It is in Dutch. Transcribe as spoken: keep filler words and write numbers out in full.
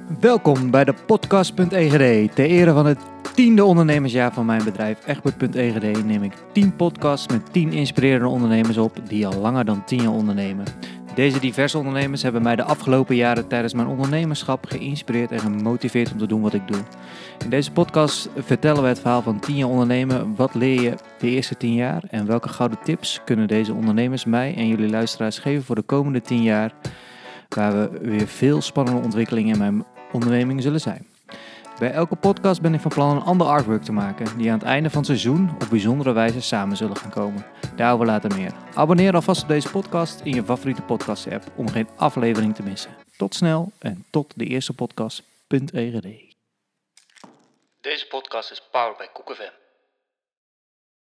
Welkom bij de podcast.egd. Ter ere van het tiende ondernemersjaar van mijn bedrijf Egbert.egd neem ik tien podcasts met tien inspirerende ondernemers op die al langer dan tien jaar ondernemen. Deze diverse ondernemers hebben mij de afgelopen jaren tijdens mijn ondernemerschap geïnspireerd en gemotiveerd om te doen wat ik doe. In deze podcast vertellen we het verhaal van tien jaar ondernemen. Wat leer je de eerste tien jaar en welke gouden tips kunnen deze ondernemers mij en jullie luisteraars geven voor de komende tien jaar, waar we weer veel spannende ontwikkelingen in mijn onderneming zullen zijn. Bij elke podcast ben ik van plan een ander artwork te maken, die aan het einde van het seizoen op bijzondere wijze samen zullen gaan komen. Daarover later meer. Abonneer alvast op deze podcast in je favoriete podcast app om geen aflevering te missen. Tot snel en tot de eerste podcast.egd. Deze podcast is powered by Koek F M.